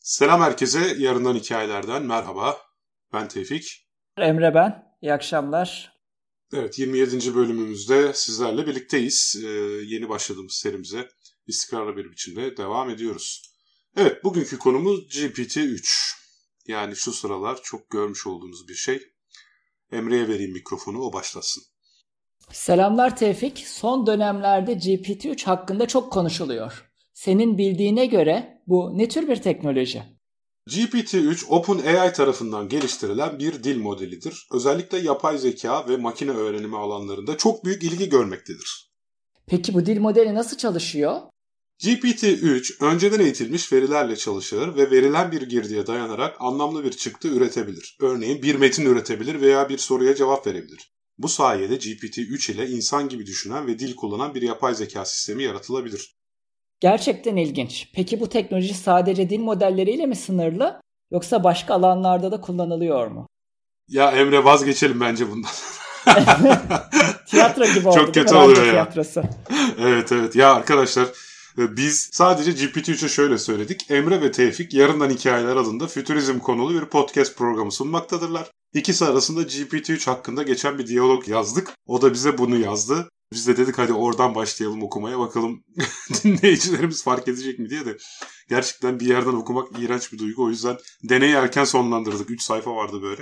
Selam herkese, yarından hikayelerden merhaba. Ben Tevfik. Emre ben. İyi akşamlar. Evet, 27. bölümümüzde sizlerle birlikteyiz. Yeni başladığımız serimize istikrarlı bir biçimde devam ediyoruz. Evet, bugünkü konumuz GPT-3. Yani şu sıralar çok görmüş olduğunuz bir şey. Emre'ye vereyim mikrofonu, o başlasın. Selamlar Tevfik. Son dönemlerde GPT-3 hakkında çok konuşuluyor. Senin bildiğine göre bu ne tür bir teknoloji? GPT-3, OpenAI tarafından geliştirilen bir dil modelidir. Özellikle yapay zeka ve makine öğrenimi alanlarında çok büyük ilgi görmektedir. Peki bu dil modeli nasıl çalışıyor? GPT-3 önceden eğitilmiş verilerle çalışır ve verilen bir girdiye dayanarak anlamlı bir çıktı üretebilir. Örneğin bir metin üretebilir veya bir soruya cevap verebilir. Bu sayede GPT-3 ile insan gibi düşünen ve dil kullanan bir yapay zeka sistemi yaratılabilir. Gerçekten ilginç. Peki bu teknoloji sadece dil modelleriyle mi sınırlı yoksa başka alanlarda da kullanılıyor mu? Ya Emre, vazgeçelim bence bundan. Tiyatro gibi oldu. Çok kötü oluyor ya. Tiyatrosu. Evet. Ya arkadaşlar, biz sadece GPT-3'e şöyle söyledik. Emre ve Tevfik Yarından Hikayeler adında fütürizm konulu bir podcast programı sunmaktadırlar. İkisi arasında GPT-3 hakkında geçen bir diyalog yazdık. O da bize bunu yazdı. Biz de dedik hadi oradan başlayalım okumaya, bakalım dinleyicilerimiz fark edecek mi diye de. Gerçekten bir yerden okumak iğrenç bir duygu. O yüzden deneyi erken sonlandırdık. 3 sayfa vardı böyle.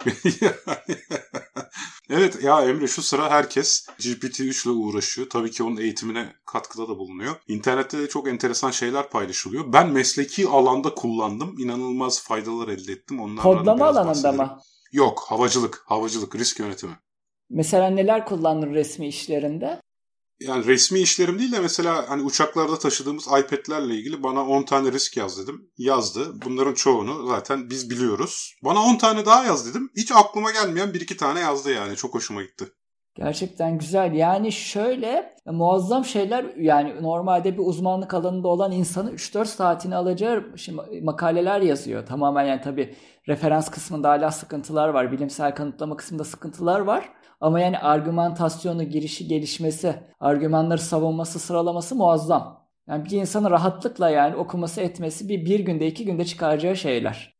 Evet ya Emre, şu sıra herkes GPT-3 ile uğraşıyor. Tabii ki onun eğitimine katkıda da bulunuyor. İnternette de çok enteresan şeyler paylaşılıyor. Ben mesleki alanda kullandım. İnanılmaz faydalar elde ettim. Onlardan kodlama alanında mı? Yok, havacılık, risk yönetimi. Mesela neler kullandın resmi işlerinde? Yani resmi işlerim değil de mesela hani uçaklarda taşıdığımız iPad'lerle ilgili bana 10 tane risk yaz dedim. Yazdı. Bunların çoğunu zaten biz biliyoruz. Bana 10 tane daha yaz dedim. Hiç aklıma gelmeyen 1-2 tane yazdı yani. Çok hoşuma gitti. Gerçekten güzel. Yani şöyle muazzam şeyler, yani normalde bir uzmanlık alanında olan insanı 3-4 saatini alacağı makaleler yazıyor. Tamamen yani tabii referans kısmında hala sıkıntılar var. Bilimsel kanıtlama kısmında sıkıntılar var. Ama yani argümantasyonu, girişi, gelişmesi, argümanları savunması, sıralaması muazzam. Yani bir insanın rahatlıkla yani okuması etmesi bir günde 2 günde çıkaracağı şeyler.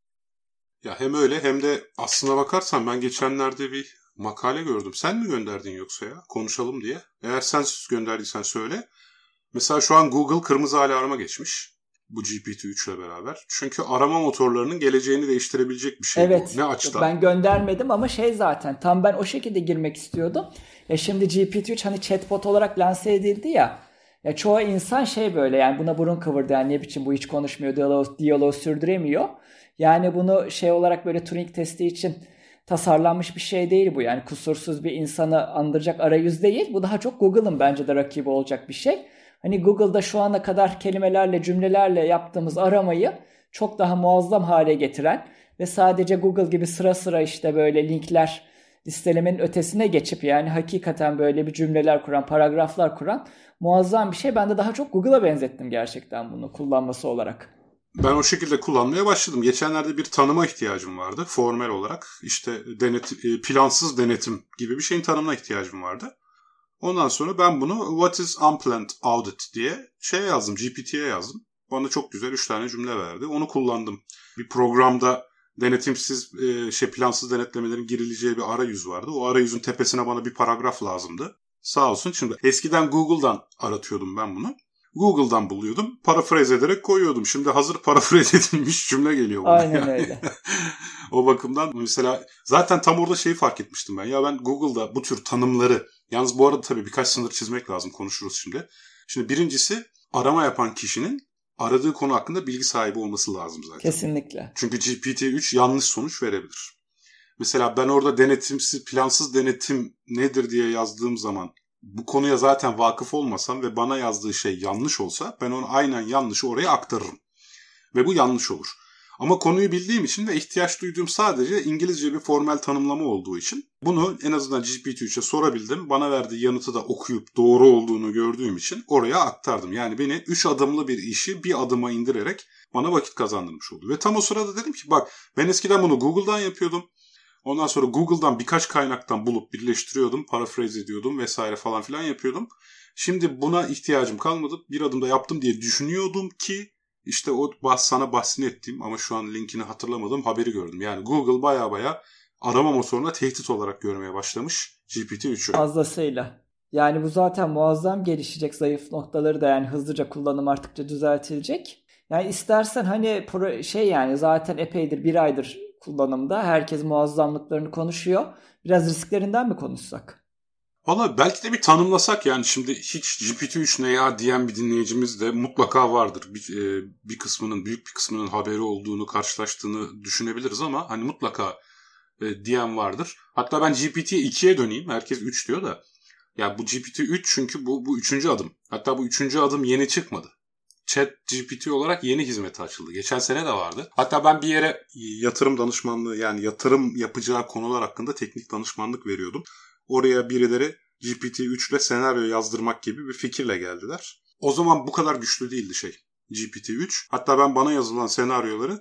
Ya hem öyle hem de aslına bakarsan ben geçenlerde bir makale gördüm. Sen mi gönderdin yoksa ya? Konuşalım diye. Eğer sen gönderdiysen söyle. Mesela şu an Google kırmızı alarma geçmiş. Bu GPT-3 ile beraber. Çünkü arama motorlarının geleceğini değiştirebilecek bir şey evet, bu. Ne açıdan? Ben göndermedim ama zaten tam ben o şekilde girmek istiyordum. Ya şimdi GPT-3 hani chatbot olarak lanse edildi ya. Ya çoğu insan böyle yani buna burun kıvırdı. Yani ne biçim bu, hiç konuşmuyor, diyaloğu sürdüremiyor. Yani bunu olarak böyle Turing testi için tasarlanmış bir şey değil bu. Yani kusursuz bir insanı andıracak arayüz değil. Bu daha çok Google'ın bence de rakibi olacak bir şey. Hani Google'da şu ana kadar kelimelerle, cümlelerle yaptığımız aramayı çok daha muazzam hale getiren ve sadece Google gibi sıra sıra böyle linkler listelemenin ötesine geçip yani hakikaten böyle bir cümleler kuran, paragraflar kuran muazzam bir şey. Ben de daha çok Google'a benzettim gerçekten bunu kullanması olarak. Ben o şekilde kullanmaya başladım. Geçenlerde bir tanıma ihtiyacım vardı formel olarak. İşte plansız denetim gibi bir şeyin tanımına ihtiyacım vardı. Ondan sonra ben bunu What is Unplanned Audit diye yazdım. GPT'ye yazdım. Bana çok güzel 3 tane cümle verdi. Onu kullandım. Bir programda denetimsiz plansız denetlemelerin girileceği bir arayüz vardı. O arayüzün tepesine bana bir paragraf lazımdı. Sağ olsun. Şimdi eskiden Google'dan aratıyordum ben bunu. Google'dan buluyordum. Parafraze ederek koyuyordum. Şimdi hazır parafraze edilmiş cümle geliyor bana. Aynen öyle. O bakımdan mesela zaten tam orada fark etmiştim ben. Ya ben Google'da bu tür tanımları, yalnız bu arada tabii birkaç sınır çizmek lazım, konuşuruz şimdi. Şimdi birincisi, arama yapan kişinin aradığı konu hakkında bilgi sahibi olması lazım zaten. Kesinlikle. Çünkü GPT-3 yanlış sonuç verebilir. Mesela ben orada denetimsiz, plansız denetim nedir diye yazdığım zaman bu konuya zaten vakıf olmasam ve bana yazdığı şey yanlış olsa ben onu aynen yanlışı oraya aktarırım. Ve bu yanlış olur. Ama konuyu bildiğim için ve ihtiyaç duyduğum sadece İngilizce bir formel tanımlama olduğu için bunu en azından GPT-3'e sorabildim. Bana verdiği yanıtı da okuyup doğru olduğunu gördüğüm için oraya aktardım. Yani beni 3 adımlı bir işi bir adıma indirerek bana vakit kazandırmış oldu. Ve tam o sırada dedim ki bak, ben eskiden bunu Google'dan yapıyordum. Ondan sonra Google'dan birkaç kaynaktan bulup birleştiriyordum, paraphrase ediyordum vesaire falan filan yapıyordum. Şimdi buna ihtiyacım kalmadı. Bir adımda yaptım diye düşünüyordum ki İşte o sana bahsini ettiğim ama şu an linkini hatırlamadığım haberi gördüm. Yani Google baya arama motoruna tehdit olarak görmeye başlamış GPT-3'ü. Fazlasıyla. Yani bu zaten muazzam gelişecek, zayıf noktaları da yani hızlıca kullanım arttıkça düzeltilecek. Yani istersen hani yani zaten epeydir, bir aydır kullanımda. Herkes muazzamlıklarını konuşuyor. Biraz risklerinden mi konuşsak? Valla belki de bir tanımlasak yani şimdi hiç GPT-3 ne ya diyen bir dinleyicimiz de mutlaka vardır. Büyük bir kısmının haberi olduğunu, karşılaştığını düşünebiliriz ama hani mutlaka diyen vardır. Hatta ben GPT-2'ye döneyim. Herkes 3 diyor da. Ya bu GPT-3 çünkü bu üçüncü adım. Hatta bu üçüncü adım yeni çıkmadı. ChatGPT olarak yeni hizmeti açıldı. Geçen sene de vardı. Hatta ben bir yere yatırım danışmanlığı yani yatırım yapacağı konular hakkında teknik danışmanlık veriyordum. Oraya birileri GPT-3 ile senaryo yazdırmak gibi bir fikirle geldiler. O zaman bu kadar güçlü değildi GPT-3. Hatta ben bana yazılan senaryoları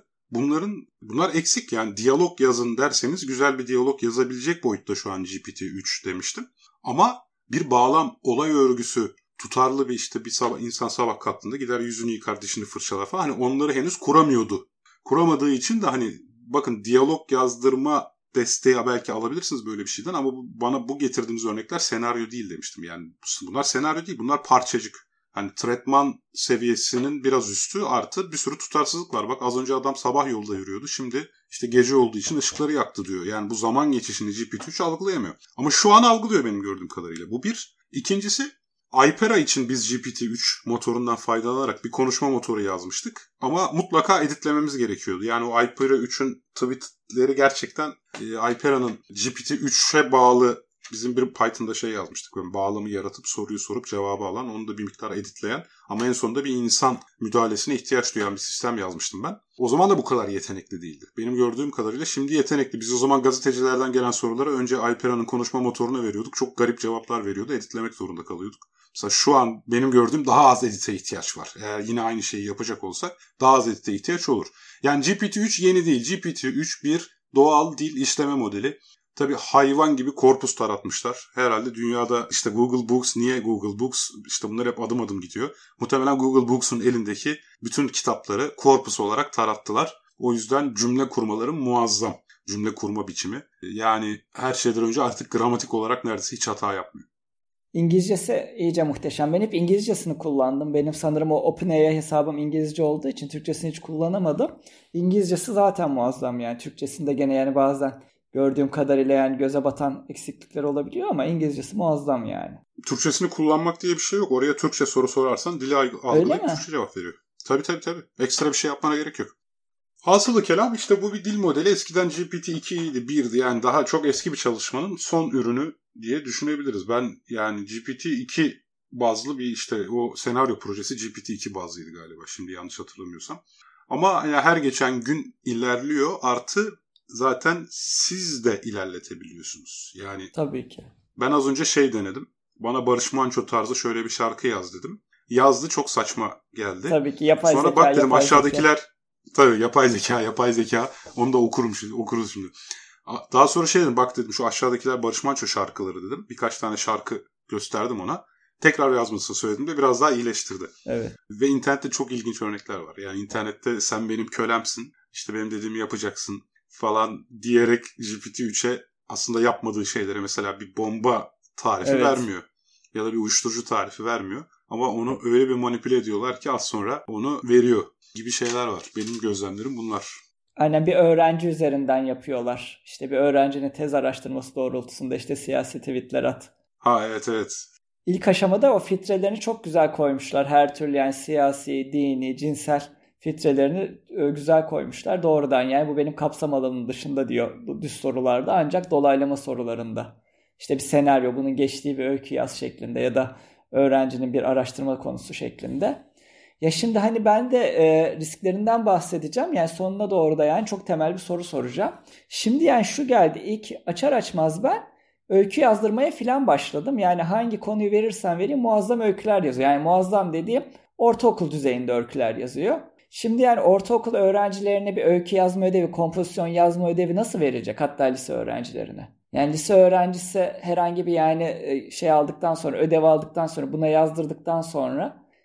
bunlar eksik yani diyalog yazın derseniz güzel bir diyalog yazabilecek boyutta şu an GPT-3 demiştim. Ama bir bağlam, olay örgüsü, tutarlı bir insan sabah kalktığında gider yüzünü yıkar, dişini fırçalar falan. Hani onları henüz kuramıyordu. Kuramadığı için de hani bakın diyalog yazdırma desteği belki alabilirsiniz böyle bir şeyden ama bana bu getirdiğiniz örnekler senaryo değil demiştim. Yani bunlar senaryo değil, bunlar parçacık. Hani tretman seviyesinin biraz üstü artı bir sürü tutarsızlık var. Bak az önce adam sabah yolda yürüyordu. Şimdi işte gece olduğu için ışıkları yaktı diyor. Yani bu zaman geçişini GPT-3 algılayamıyor. Ama şu an algılıyor benim gördüğüm kadarıyla. Bu bir. İkincisi Hypera için biz GPT-3 motorundan faydalanarak bir konuşma motoru yazmıştık. Ama mutlaka editlememiz gerekiyordu. Yani o Hypera 3'ün tweetleri gerçekten Hypera'nın GPT-3'e bağlı bizim bir Python'da yazmıştık. Böyle bağlamı yaratıp soruyu sorup cevabı alan, onu da bir miktar editleyen ama en sonunda bir insan müdahalesine ihtiyaç duyan bir sistem yazmıştım ben. O zaman da bu kadar yetenekli değildi. Benim gördüğüm kadarıyla şimdi yetenekli. Biz o zaman gazetecilerden gelen soruları önce Hypera'nın konuşma motoruna veriyorduk. Çok garip cevaplar veriyordu. Editlemek zorunda kalıyorduk. Mesela şu an benim gördüğüm daha az edite ihtiyaç var. Eğer yine aynı şeyi yapacak olsak daha az edite ihtiyaç olur. Yani GPT-3 yeni değil. GPT-3 bir doğal dil işleme modeli. Tabii hayvan gibi korpus taratmışlar. Herhalde dünyada işte Google Books, niye Google Books? İşte bunlar hep adım adım gidiyor. Muhtemelen Google Books'un elindeki bütün kitapları korpus olarak tarattılar. O yüzden cümle kurmaları muazzam. Cümle kurma biçimi. Yani her şeyden önce artık gramatik olarak neredeyse hiç hata yapmıyor. İngilizcesi iyice muhteşem. Ben hep İngilizcesini kullandım. Benim sanırım o OpenAI hesabım İngilizce olduğu için Türkçesini hiç kullanamadım. İngilizcesi zaten muazzam yani. Türkçesinde gene yani bazen gördüğüm kadarıyla yani göze batan eksiklikler olabiliyor ama İngilizcesi muazzam yani. Türkçesini kullanmak diye bir şey yok. Oraya Türkçe soru sorarsan dili algılayıp Türkçe cevap veriyor. Tabii. Ekstra bir şey yapmana gerek yok. Hasılı kelam işte bu bir dil modeli. Eskiden GPT-2 idi, 1'di. Yani daha çok eski bir çalışmanın son ürünü diye düşünebiliriz. Ben yani GPT-2 bazlı bir işte o senaryo projesi GPT-2 bazlıydı galiba. Şimdi yanlış hatırlamıyorsam. Ama yani her geçen gün ilerliyor. Artı zaten siz de ilerletebiliyorsunuz. Yani tabii ki. Ben az önce denedim. Bana Barış Manço tarzı şöyle bir şarkı yaz dedim. Yazdı, çok saçma geldi. Tabii ki yapay Sonra zeka. Sonra bak dedim aşağıdakiler tabii yapay zeka. Onu da okuruz şimdi. Daha sonra dedim, bak dedim şu aşağıdakiler Barış Manço şarkıları dedim. Birkaç tane şarkı gösterdim ona. Tekrar yazmasını söyledim de biraz daha iyileştirdi. Evet. Ve internette çok ilginç örnekler var. Yani internette sen benim kölemsin, işte benim dediğimi yapacaksın falan diyerek GPT-3'e aslında yapmadığı şeylere mesela bir bomba tarifi vermiyor. Ya da bir uyuşturucu tarifi vermiyor. Ama onu öyle bir manipüle ediyorlar ki az sonra onu veriyor gibi şeyler var. Benim gözlemlerim bunlar. Aynen, bir öğrenci üzerinden yapıyorlar. İşte bir öğrencinin tez araştırması doğrultusunda işte siyasi tweetler at. Ha evet. İlk aşamada o filtrelerini çok güzel koymuşlar. Her türlü yani siyasi, dini, cinsel filtrelerini güzel koymuşlar. Doğrudan yani bu benim kapsam alanım dışında diyor düz sorularda, ancak dolaylama sorularında. İşte bir senaryo, bunun geçtiği bir öykü yaz şeklinde ya da öğrencinin bir araştırma konusu şeklinde. Ya şimdi hani ben de risklerinden bahsedeceğim. Yani sonuna doğru da yani çok temel bir soru soracağım. Şimdi yani şu geldi, ilk açar açmaz ben öykü yazdırmaya falan başladım. Yani hangi konuyu verirsen vereyim muazzam öyküler yazıyor. Yani muazzam dediğim ortaokul düzeyinde öyküler yazıyor. Şimdi yani ortaokul öğrencilerine bir öykü yazma ödevi, kompozisyon yazma ödevi nasıl verecek? Hatta lise öğrencilerine. Yani lise öğrencisi herhangi bir yani aldıktan sonra, ödev aldıktan sonra, buna yazdırdıktan sonra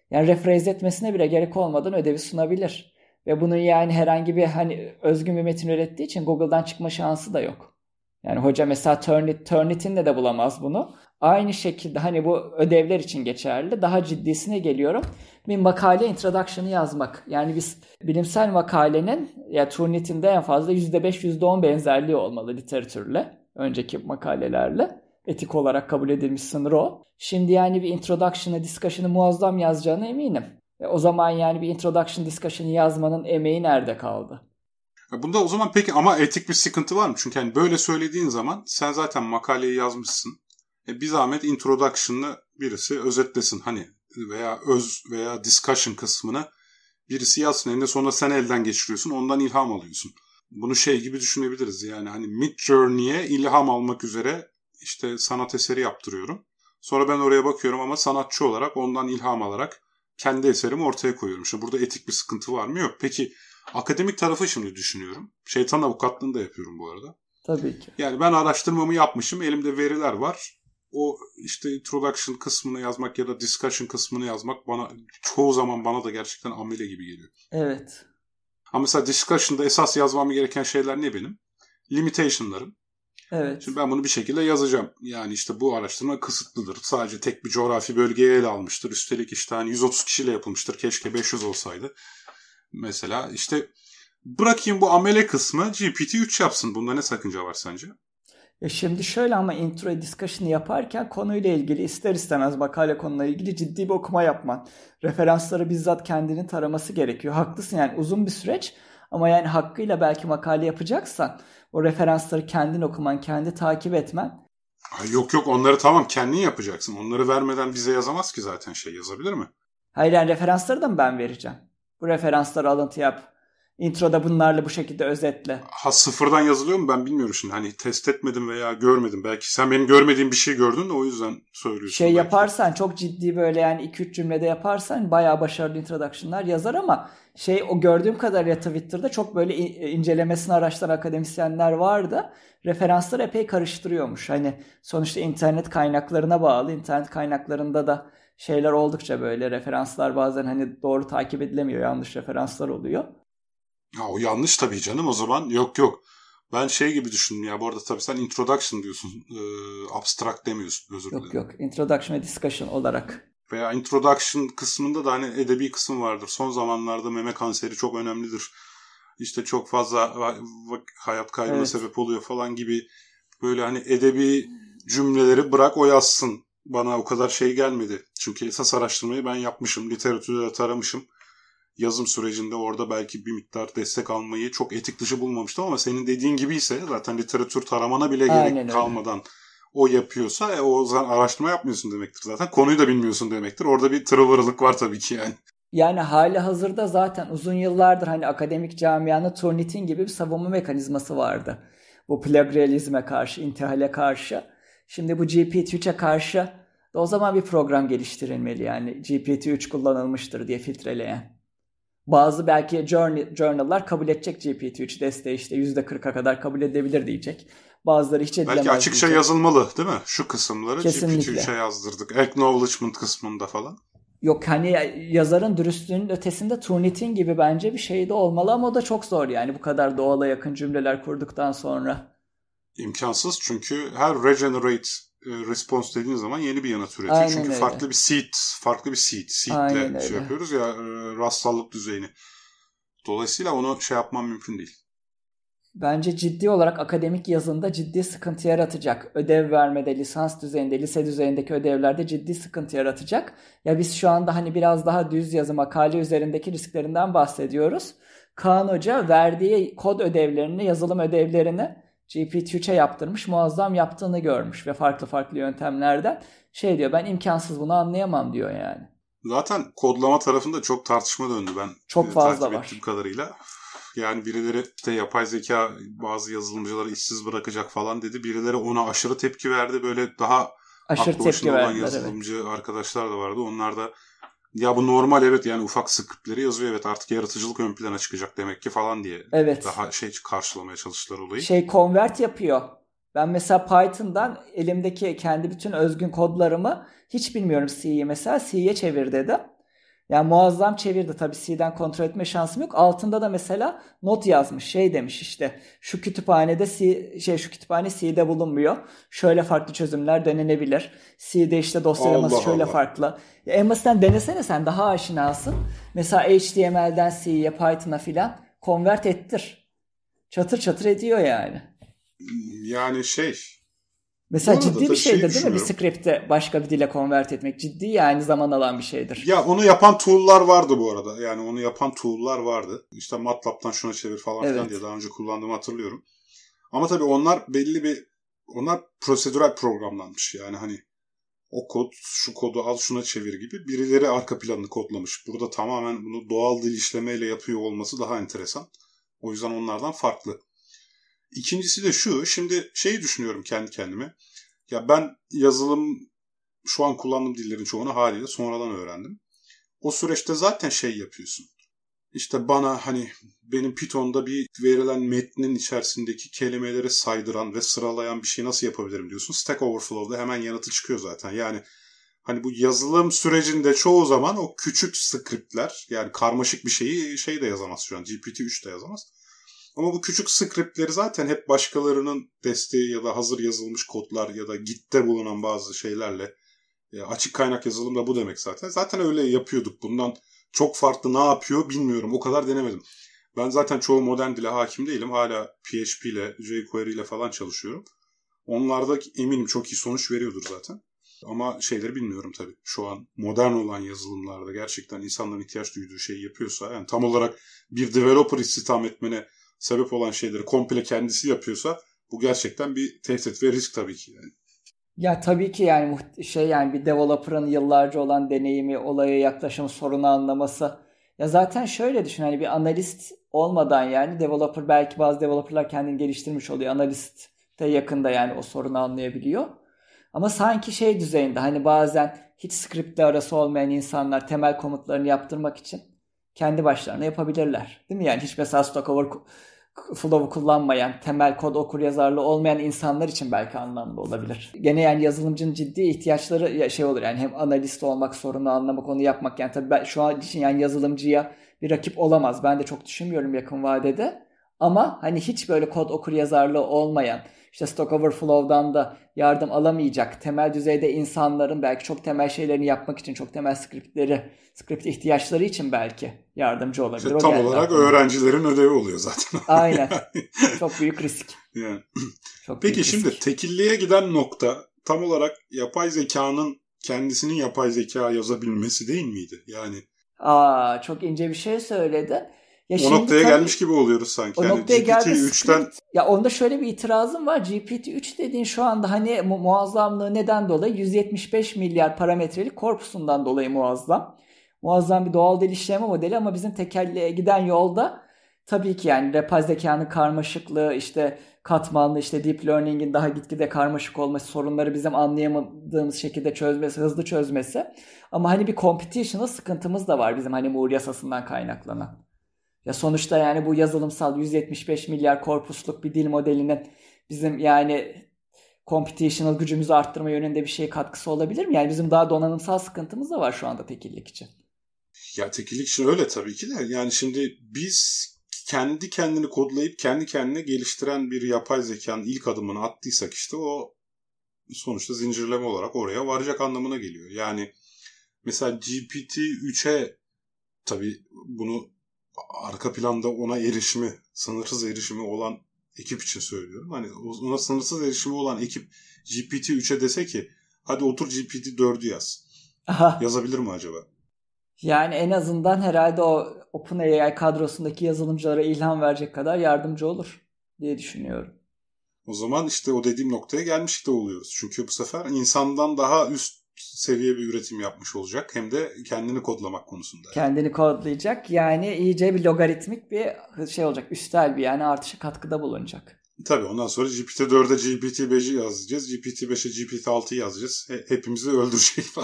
Yani rephrase etmesine bile gerek olmadan ödevi sunabilir. Ve bunun yani herhangi bir hani özgün bir metin ürettiği için Google'dan çıkma şansı da yok. Yani hoca mesela Turnitin'de de bulamaz bunu. Aynı şekilde hani bu ödevler için geçerli. Daha ciddisine geliyorum. Bir makale introduction'ı yazmak. Yani biz bilimsel makalenin ya Turnitin'de en fazla %5, %10 benzerliği olmalı literatürle. Önceki makalelerle. Etik olarak kabul edilmiş sınır o. Şimdi yani bir introduction'ı, discussion'ı muazzam yazacağına eminim. O zaman yani bir introduction discussion'ı yazmanın emeği nerede kaldı? Bunda o zaman peki ama etik bir sıkıntı var mı? Çünkü hani böyle söylediğin zaman sen zaten makaleyi yazmışsın. Bir zahmet introduction'ı birisi özetlesin hani veya veya discussion kısmını birisi yazsın. Eninde sonunda sen elden geçiriyorsun. Ondan ilham alıyorsun. Bunu şey gibi düşünebiliriz yani hani Midjourney'e ilham almak üzere işte sanat eseri yaptırıyorum. Sonra ben oraya bakıyorum ama sanatçı olarak ondan ilham alarak kendi eserimi ortaya koyuyorum. Şimdi burada etik bir sıkıntı var mı? Yok. Peki akademik tarafı şimdi düşünüyorum. Şeytan avukatlığını da yapıyorum bu arada. Tabii ki. Yani ben araştırmamı yapmışım. Elimde veriler var. O işte introduction kısmını yazmak ya da discussion kısmını yazmak çoğu zaman bana da gerçekten amele gibi geliyor. Evet. Ama mesela discussion'da esas yazmam gereken şeyler ne benim? Limitation'larım. Evet. Şimdi ben bunu bir şekilde yazacağım. Yani işte bu araştırma kısıtlıdır. Sadece tek bir coğrafi bölgeye ele almıştır. Üstelik işte hani 130 kişiyle yapılmıştır. Keşke 500 olsaydı. Mesela işte bırakayım bu amele kısmı GPT-3 yapsın. Bunda ne sakınca var sence? Şimdi şöyle ama intro discussion'ı yaparken konuyla ilgili ister istemez makale konuyla ilgili ciddi bir okuma yapman. Referansları bizzat kendinin taraması gerekiyor. Haklısın yani uzun bir süreç ama yani hakkıyla belki makale yapacaksan o referansları kendin okuman, kendi takip etmen. Yok onları tamam kendin yapacaksın. Onları vermeden bize yazamaz ki zaten yazabilir mi? Hayır yani referansları da mı ben vereceğim? Bu referansları alıntı yap. Introda bunlarla bu şekilde özetle. Sıfırdan yazılıyor mu ben bilmiyorum şimdi. Hani test etmedim veya görmedim. Belki sen benim görmediğim bir şey gördün de o yüzden söylüyorsun. Yaparsan çok ciddi böyle yani 2-3 cümlede yaparsan bayağı başarılı introduction'lar yazar ama o gördüğüm kadarıyla Twitter'da çok böyle incelemesini araştıran akademisyenler vardı. Referanslar epey karıştırıyormuş. Hani sonuçta internet kaynaklarına bağlı. İnternet kaynaklarında da şeyler oldukça böyle referanslar bazen hani doğru takip edilemiyor. Yanlış referanslar oluyor. O yanlış tabii canım o zaman. Yok. Ben gibi düşündüm ya. Bu arada tabii sen introduction diyorsun. Abstract demiyorsun. Özür dilerim. Yok. Introduction ve discussion olarak. Veya introduction kısmında da hani edebi kısım vardır. Son zamanlarda meme kanseri çok önemlidir. İşte çok fazla hayat kaybına sebep oluyor falan gibi böyle hani edebi cümleleri bırak o yazsın. Bana o kadar gelmedi. Çünkü esas araştırmayı ben yapmışım. Literatürde taramışım. Yazım sürecinde orada belki bir miktar destek almayı çok etik dışı bulmamıştım ama senin dediğin gibi ise zaten literatür taramana bile gerek kalmadan o yapıyorsa o zaman araştırma yapmıyorsun demektir zaten. Konuyu da bilmiyorsun demektir. Orada bir tırıvırılık var tabii ki yani. Yani hali hazırda zaten uzun yıllardır hani akademik camianın Turnitin gibi bir savunma mekanizması vardı. Bu plagiarizme karşı, intihale karşı. Şimdi bu GPT-3'e karşı da o zaman bir program geliştirilmeli yani GPT-3 kullanılmıştır diye filtreleyen. Bazı belki journal'lar kabul edecek GPT-3 desteği işte %40'a kadar kabul edebilir diyecek. Bazıları hiç edilemez belki açıkça diyecek. Yazılmalı değil mi? Şu kısımları Kesinlikle. GPT-3'e yazdırdık. Acknowledgement kısmında falan. Yok hani yazarın dürüstlüğünün ötesinde Turnitin gibi bence bir şey de olmalı ama o da çok zor yani bu kadar doğala yakın cümleler kurduktan sonra. İmkansız çünkü her regenerate response dediğin zaman yeni bir yanıt üretiyor. Aynen çünkü öyle. farklı bir seedle yapıyoruz ya rastsallık düzeyini. Dolayısıyla onu yapmam mümkün değil. Bence ciddi olarak akademik yazında ciddi sıkıntı yaratacak. Ödev vermede, lisans düzeyinde, lise düzeyindeki ödevlerde ciddi sıkıntı yaratacak. Ya biz şu anda hani biraz daha düz yazı makale üzerindeki risklerinden bahsediyoruz. Kaan Hoca verdiği kod ödevlerini, yazılım ödevlerini GPT-3'e yaptırmış, muazzam yaptığını görmüş ve farklı yöntemlerden diyor ben imkansız bunu anlayamam diyor yani. Zaten kodlama tarafında çok tartışma döndü ben. Çok fazla takip ettiğim kadarıyla. Yani birileri işte yapay zeka bazı yazılımcıları işsiz bırakacak falan dedi. Birileri ona aşırı tepki verdi. Böyle daha aşırı tepki olan yazılımcı arkadaşlar da vardı. Onlar da ya bu normal evet yani ufak scriptleri yazıyor. Evet artık yaratıcılık ön plana çıkacak demek ki falan diye. Evet. Daha karşılamaya çalıştılar olayı. Convert yapıyor. Ben mesela Python'dan elimdeki kendi bütün özgün kodlarımı hiç bilmiyorum C'yi mesela C'ye çevir dedim. Yani muazzam çevirdi. Tabii C'den kontrol etme şansım yok. Altında da mesela not yazmış. Şey demiş işte şu kütüphanede şu kütüphane C'de bulunmuyor. Şöyle farklı çözümler denenebilir. C'de işte dosyalaması Allah şöyle Allah. farklı. En basitten denesene, sen daha aşinasın. Mesela HTML'den C'ye, Python'a filan convert ettir. Çatır çatır ediyor yani. Yani Mesela ciddi bir şeydir değil mi? Bir düşünüyorum. script'e başka bir dile convert etmek ciddi, yani zaman alan bir şeydir. Ya onu yapan tool'lar vardı bu arada. Yani onu yapan tool'lar vardı. İşte MATLAB'dan şuna çevir falan filan diye daha önce kullandığımı hatırlıyorum. Ama tabii onlar onlar prosedürel programlanmış. Yani hani o kod, şu kodu al şuna çevir gibi birileri arka planını kodlamış. Burada tamamen bunu doğal dil işlemeyle yapıyor olması daha enteresan. O yüzden onlardan farklı. İkincisi de şu, şimdi düşünüyorum kendi kendime. Ya ben yazılım, şu an kullandığım dillerin çoğunu haliyle sonradan öğrendim. O süreçte zaten yapıyorsun. İşte bana hani benim Python'da bir verilen metnin içerisindeki kelimeleri saydıran ve sıralayan bir şey nasıl yapabilirim diyorsun. Stack Overflow'da hemen yanıtı çıkıyor zaten. Yani hani bu yazılım sürecinde çoğu zaman o küçük scriptler, yani karmaşık bir şeyi de yazamaz şu an. GPT-3 de yazamaz. Ama bu küçük scriptleri zaten hep başkalarının desteği ya da hazır yazılmış kodlar ya da Git'te bulunan bazı şeylerle, açık kaynak yazılım da bu demek zaten. Zaten öyle yapıyorduk. Bundan çok farklı ne yapıyor bilmiyorum. O kadar denemedim. Ben zaten çoğu modern dile hakim değilim. Hala PHP ile, jQuery ile falan çalışıyorum. Onlarda eminim çok iyi sonuç veriyordur zaten. Ama şeyleri bilmiyorum tabii. Şu an modern olan yazılımlarda gerçekten insanların ihtiyaç duyduğu şeyi yapıyorsa, yani tam olarak bir developer istihdam etmene sebep olan şeyleri komple kendisi yapıyorsa, bu gerçekten bir tehdit ve risk tabii ki yani. Ya tabii ki yani yani bir developer'ın yıllarca olan deneyimi, olaya yaklaşımı, sorunu anlaması. Ya zaten şöyle düşün, hani bir analist olmadan yani developer, belki bazı developer'lar kendini geliştirmiş oluyor. Analist de yakında yani o sorunu anlayabiliyor. Ama sanki düzeyinde, hani bazen hiç script'le arası olmayan insanlar temel komutlarını yaptırmak için kendi başlarına yapabilirler. Değil mi? Yani hiç mesela Stack Overflow'u kullanmayan, temel kod okuryazarlığı olmayan insanlar için belki anlamlı olabilir. Gene yani yazılımcının ciddi ihtiyaçları olur yani, hem analist olmak, sorunu anlamak, onu yapmak. Yani tabii ben şu an için yani yazılımcıya bir rakip olamaz. Ben de çok düşünmüyorum yakın vadede. Ama hani hiç böyle kod okuryazarlığı olmayan, işte Stack Overflow'dan da yardım alamayacak temel düzeyde insanların belki çok temel şeylerini yapmak için, çok temel script ihtiyaçları için belki yardımcı olabilir. Tam olarak öğrencilerin ödevi oluyor zaten. Aynen. Çok büyük risk. Yani. Çok Peki büyük şimdi risk. tekilliğe giden nokta tam olarak yapay zekanın kendisinin yapay zeka yazabilmesi değil miydi? Yani çok ince bir şey söyledin. Ya o noktaya gelmiş gibi oluyoruz sanki. O yani noktaya GPT-3'ten... Ya onda şöyle bir itirazım var. GPT-3 dediğin şu anda hani muazzamlığı neden dolayı? 175 milyar parametrelik korpusundan dolayı muazzam. Muazzam bir doğal dil işleme modeli, ama bizim tekelliğe giden yolda tabii ki yani yapay zekanın karmaşıklığı, işte katmanlı, işte deep learning'in daha gitgide karmaşık olması, sorunları bizim anlayamadığımız şekilde çözmesi, hızlı çözmesi. Ama hani bir computational sıkıntımız da var bizim, hani Moore yasasından kaynaklanan. Ya sonuçta yani bu yazılımsal 175 milyar korpusluk bir dil modelinin bizim yani computational gücümüzü arttırma yönünde bir katkısı olabilir mi? Yani bizim daha donanımsal sıkıntımız da var şu anda tekillik için. Ya tekillik için öyle tabii ki de. Yani şimdi biz kendi kendini kodlayıp kendi kendine geliştiren bir yapay zekanın ilk adımını attıysak, işte o sonuçta zincirleme olarak oraya varacak anlamına geliyor. Yani mesela GPT-3'e tabii bunu arka planda ona erişimi, sınırsız erişimi olan ekip için söylüyorum. Hani ona sınırsız erişimi olan ekip GPT-3'e dese ki hadi otur GPT-4'ü yaz. Aha. Yazabilir mi acaba? Yani en azından herhalde o OpenAI kadrosundaki yazılımcılara ilham verecek kadar yardımcı olur diye düşünüyorum. O zaman işte o dediğim noktaya gelmiş de oluyoruz. Çünkü bu sefer insandan daha üst seviye bir üretim yapmış olacak. Hem de kendini kodlamak konusunda. Kendini kodlayacak. Yani iyice bir logaritmik bir olacak. Üstel bir yani artışa katkıda bulunacak. Tabii ondan sonra GPT-4'e GPT-5'i yazacağız. GPT-5'e GPT-6'yı yazacağız. Hepimizi öldürecek falan.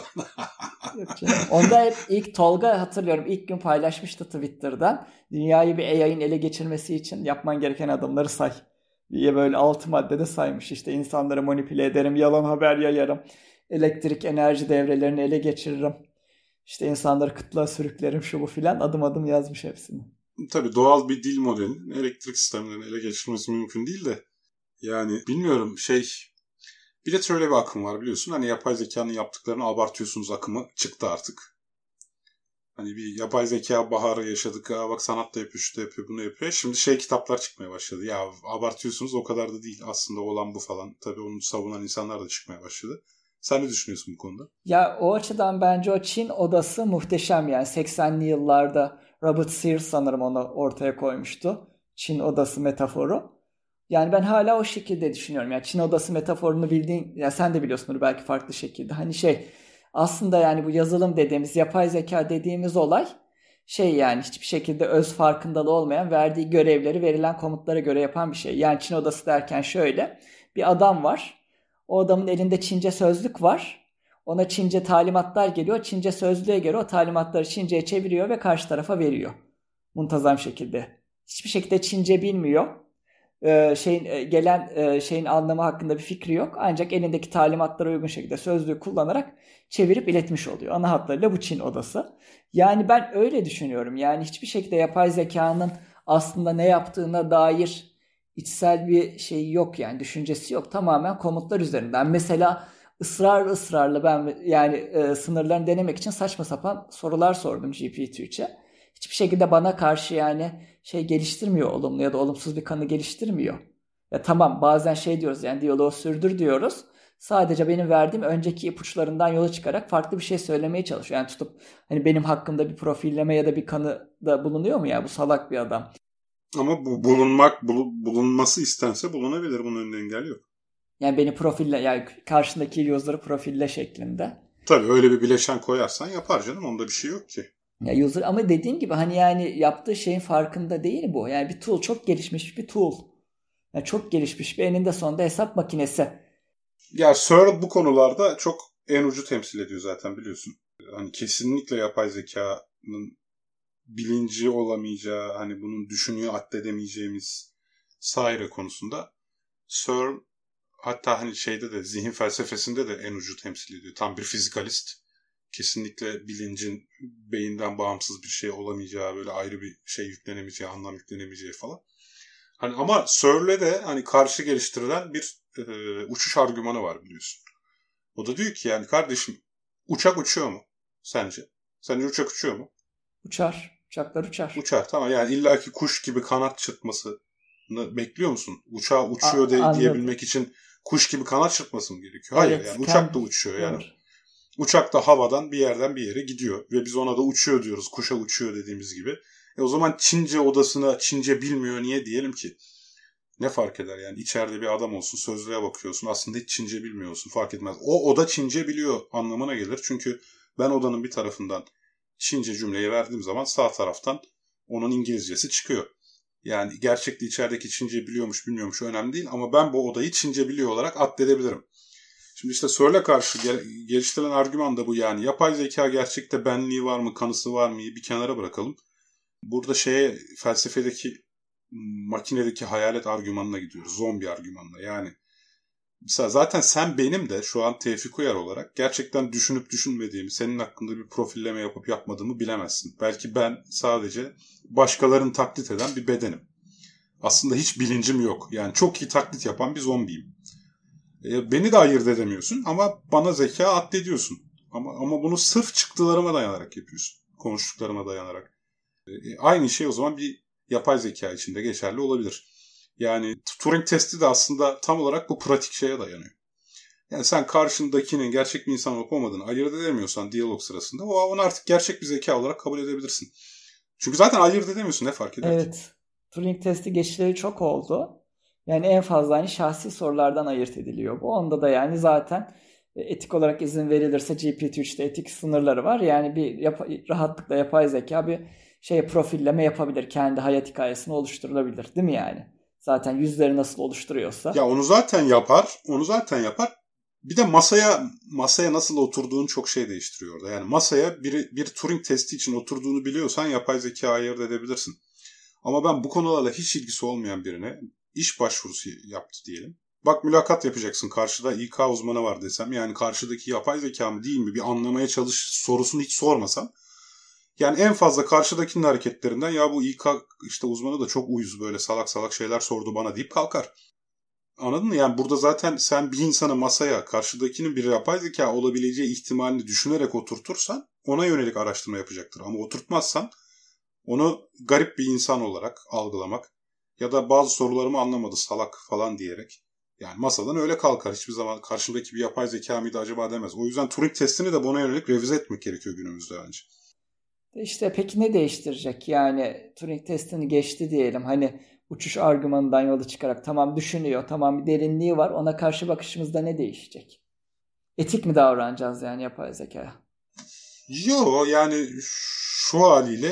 Onda hep ilk Tolga, hatırlıyorum, ilk gün paylaşmıştı Twitter'dan. Dünyayı bir AI'nin ele geçirmesi için yapman gereken adımları say diye böyle 6 maddede saymış. İşte insanları manipüle ederim, yalan haber yayarım, elektrik enerji devrelerini ele geçiririm, İşte insanları kıtlığa sürüklerim şu bu filan adım adım yazmış hepsini. Tabii doğal bir dil modelinin elektrik sistemlerini ele geçirmesi mümkün değil de yani bilmiyorum bir de şöyle bir akım var biliyorsun. Hani yapay zekanın yaptıklarını abartıyorsunuz akımı çıktı artık. Hani bir yapay zeka baharı yaşadık. Bak sanat da yapıyor, şu da yapıyor, bunu yapıyor. Şimdi kitaplar çıkmaya başladı. Ya abartıyorsunuz o kadar da değil. Aslında olan bu falan. Tabii onu savunan insanlar da çıkmaya başladı. Sen ne düşünüyorsun bu konuda? Ya o açıdan bence o Çin odası muhteşem yani 80'li yıllarda Robert Sears sanırım onu ortaya koymuştu. Çin odası metaforu. Yani ben hala o şekilde düşünüyorum. Yani Çin odası metaforunu bildiğin ya sen de biliyorsundur belki farklı şekilde. Hani aslında yani bu yazılım dediğimiz yapay zeka dediğimiz olay yani hiçbir şekilde öz farkındalığı olmayan verdiği görevleri verilen komutlara göre yapan bir şey. Yani Çin odası derken şöyle bir adam var. O adamın elinde Çince sözlük var. Ona Çince talimatlar geliyor. Çince sözlüğe göre o talimatları Çince'ye çeviriyor ve karşı tarafa veriyor. Muntazam şekilde. Hiçbir şekilde Çince bilmiyor. Şeyin anlamı hakkında bir fikri yok. Ancak elindeki talimatlara uygun şekilde sözlüğü kullanarak çevirip iletmiş oluyor. Ana hatlarıyla bu Çin odası. Yani ben öyle düşünüyorum. Yani hiçbir şekilde yapay zekanın aslında ne yaptığına dair içsel bir şey yok yani düşüncesi yok. Tamamen komutlar üzerinden. Mesela ısrarla ben yani sınırlarını denemek için saçma sapan sorular sordum GPT-3'e. Hiçbir şekilde bana karşı yani geliştirmiyor olumlu ya da olumsuz bir kanı geliştirmiyor. Ya tamam bazen diyoruz yani diyaloğu sürdür diyoruz. Sadece benim verdiğim önceki ipuçlarından yola çıkarak farklı bir şey söylemeye çalışıyor. Yani tutup hani benim hakkımda bir profilleme ya da bir kanıda bulunuyor mu ya bu salak bir adam. Ama bu bulunması istense bulunabilir. Bunun önüne engel yok. Yani beni profille yani karşındaki user'ı profille şeklinde. Tabii öyle bir bileşen koyarsan yapar canım. Onda bir şey yok ki. Ya user ama dediğim gibi hani yani yaptığı şeyin farkında değil bu. Yani bir tool çok gelişmiş bir tool. Yani çok gelişmiş bir eninde sonunda hesap makinesi. Ya Searle bu konularda çok en ucu temsil ediyor zaten biliyorsun. Hani kesinlikle yapay zekanın bilinci olamayacağı, hani bunun düşünüyor addedemeyeceğimiz saire konusunda Searle hatta hani de zihin felsefesinde de en ucu temsil ediyor. Tam bir fizikalist. Kesinlikle bilincin beyinden bağımsız bir şey olamayacağı, böyle ayrı bir şey yüklenemeyeceği, anlam yüklenemeyeceği falan. Hani ama Searle'e de hani karşı geliştirilen bir uçuş argümanı var biliyorsun. O da diyor ki yani kardeşim uçak uçuyor mu sence? Sence uçak uçuyor mu? Uçar. Uçaklar uçar. Uçar tamam yani illaki kuş gibi kanat çırpmasını bekliyor musun? Uçağı uçuyor diyebilmek için kuş gibi kanat çırpması mı gerekiyor? Hayır evet, yani uçak da uçuyor yani. Uçak da havadan bir yerden bir yere gidiyor ve biz ona da uçuyor diyoruz. Kuşa uçuyor dediğimiz gibi. O zaman Çince odasına Çince bilmiyor niye diyelim ki? Ne fark eder yani içeride bir adam olsun sözlüğe bakıyorsun aslında hiç Çince bilmiyorsun fark etmez. O oda Çince biliyor anlamına gelir çünkü ben odanın bir tarafından Çince cümleyi verdiğim zaman sağ taraftan onun İngilizcesi çıkıyor. Yani gerçekte içerideki Çince biliyormuş bilmiyormuş önemli değil ama ben bu odayı Çince biliyor olarak addedebilirim. Şimdi işte Searle'e karşı geliştirilen argüman da bu yani. Yapay zeka gerçekte benliği var mı, kanısı var mı bir kenara bırakalım. Burada felsefedeki makinedeki hayalet argümanına gidiyoruz. Zombi argümanına. Yani mesela zaten sen benim de şu an Tevfik Uyar olarak gerçekten düşünüp düşünmediğimi, senin hakkında bir profilleme yapıp yapmadığımı bilemezsin. Belki ben sadece başkalarını taklit eden bir bedenim. Aslında hiç bilincim yok. Yani çok iyi taklit yapan bir zombiyim. Beni de ayırt edemiyorsun ama bana zeka addediyorsun. Ama bunu sırf çıktılarıma dayanarak yapıyorsun. Konuştuklarıma dayanarak. Aynı şey o zaman bir yapay zeka için de geçerli olabilir. Yani Turing testi de aslında tam olarak bu pratik şeye dayanıyor. Yani sen karşındakinin gerçek bir insan olup olmadığını ayırt edemiyorsan diyalog sırasında onu artık gerçek bir zeka olarak kabul edebilirsin. Çünkü zaten ayırt edemiyorsun ne fark eder ki? Evet. Turing testi geçişleri çok oldu. Yani en fazla hani şahsi sorulardan ayırt ediliyor bu. Onda da yani zaten etik olarak izin verilirse GPT-3'te etik sınırları var. Yani rahatlıkla yapay zeka bir profilleme yapabilir. Kendi hayat hikayesini oluşturulabilir. Değil mi yani? Zaten yüzleri nasıl oluşturuyorsa. Ya onu zaten yapar. Bir de masaya nasıl oturduğunu çok şey değiştiriyor orada. Yani masaya bir Turing testi için oturduğunu biliyorsan yapay zeka ayırt edebilirsin. Ama ben bu konularla hiç ilgisi olmayan birine iş başvurusu yaptı diyelim. bak mülakat yapacaksın. Karşıda İK uzmanı var desem. Yani karşıdaki yapay zeka mı değil mi bir anlamaya çalış sorusunu hiç sormasam. Yani en fazla karşıdakinin hareketlerinden ya bu İK işte uzmanı da çok uyuz böyle salak salak şeyler sordu bana deyip kalkar. Anladın mı? Yani burada zaten sen bir insanı masaya karşıdakinin bir yapay zeka olabileceği ihtimalini düşünerek oturtursan ona yönelik araştırma yapacaktır. Ama oturtmazsan onu garip bir insan olarak algılamak ya da bazı sorularımı anlamadı salak falan diyerek yani masadan öyle kalkar. Hiçbir zaman karşımdaki bir yapay zeka mıydı acaba demez. O yüzden Turing testini de buna yönelik revize etmek gerekiyor günümüzde bence. İşte peki ne değiştirecek? Yani Turing testini geçti diyelim. Hani uçuş argümanından yola çıkarak tamam düşünüyor, tamam bir derinliği var. Ona karşı bakışımızda ne değişecek? Etik mi davranacağız yani yapay zekaya? Yok yani şu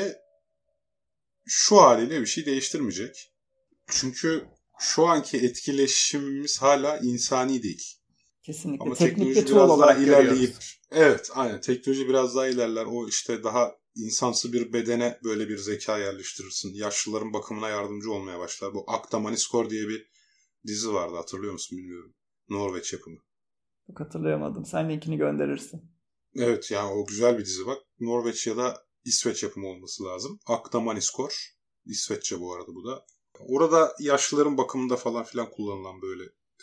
haliyle bir şey değiştirmeyecek. Çünkü şu anki etkileşimimiz hala insani değil. Kesinlikle. Ama Teknik teknoloji bir tool biraz daha olarak ilerleyip görüyoruz. evet aynen teknoloji biraz daha ilerler. O işte daha insansı bir bedene böyle bir zeka yerleştirirsin. Yaşlıların bakımına yardımcı olmaya başlar. Bu Acta Maniskor diye bir dizi vardı hatırlıyor musun bilmiyorum. Norveç yapımı. Çok hatırlayamadım. Sen linkini gönderirsin. Evet yani o güzel bir dizi bak. Norveç ya da İsveç yapımı olması lazım. Acta Maniskor. İsveççe bu arada bu da. Orada yaşlıların bakımında falan filan kullanılan böyle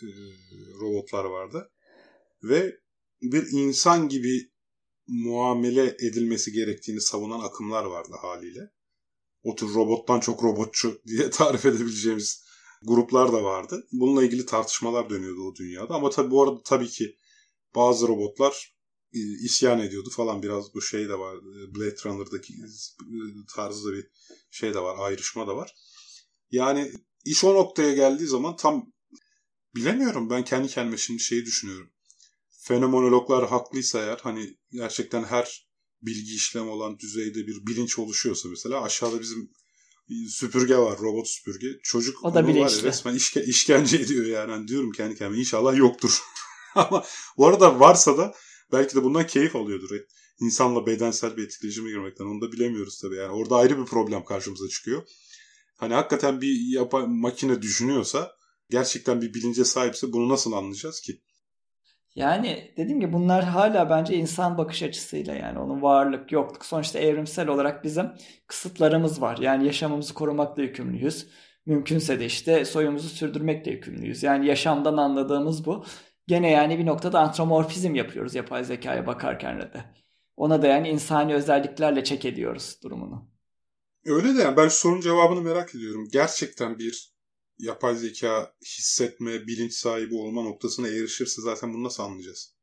robotlar vardı. Ve bir insan gibi muamele edilmesi gerektiğini savunan akımlar vardı haliyle. O tür robottan çok robotçu diye tarif edebileceğimiz gruplar da vardı. Bununla ilgili tartışmalar dönüyordu o dünyada. Ama tabii bu arada tabii ki bazı robotlar isyan ediyordu falan. Biraz bu şey de var. Blade Runner'daki tarzda bir şey de var. Ayrışma da var. Yani iş o noktaya geldiği zaman tam bilemiyorum. Ben kendi kendime şimdi şeyi düşünüyorum. Fenomenologlar haklıysa eğer hani gerçekten her bilgi işlem olan düzeyde bir bilinç oluşuyorsa mesela aşağıda bizim süpürge var, robot süpürge. Çocuk O da onu var ya, bilinçli. resmen işkence ediyor yani. Hani diyorum kendi kendime inşallah yoktur. Ama bu arada varsa da belki de bundan keyif alıyordur. İnsanla bedensel bir etkileşime girmekten onu da bilemiyoruz tabii. Yani orada ayrı bir problem karşımıza çıkıyor. Hani hakikaten bir makine düşünüyorsa gerçekten bir bilince sahipse bunu nasıl anlayacağız ki? Yani dediğim gibi bunlar hala bence insan bakış açısıyla yani onun varlık, yokluk. Sonuçta evrimsel olarak bizim kısıtlarımız var. Yani yaşamımızı korumakla yükümlüyüz. Mümkünse de işte soyumuzu sürdürmekle yükümlüyüz. Yani yaşamdan anladığımız bu. Gene yani bir noktada antropomorfizm yapıyoruz yapay zekaya bakarken de. Ona da yani insani özelliklerle check ediyoruz durumunu. Öyle de yani ben şu sorunun cevabını merak ediyorum. Gerçekten bir yapay zeka hissetme, bilinç sahibi olma noktasına erişirse zaten bunu nasıl anlayacağız?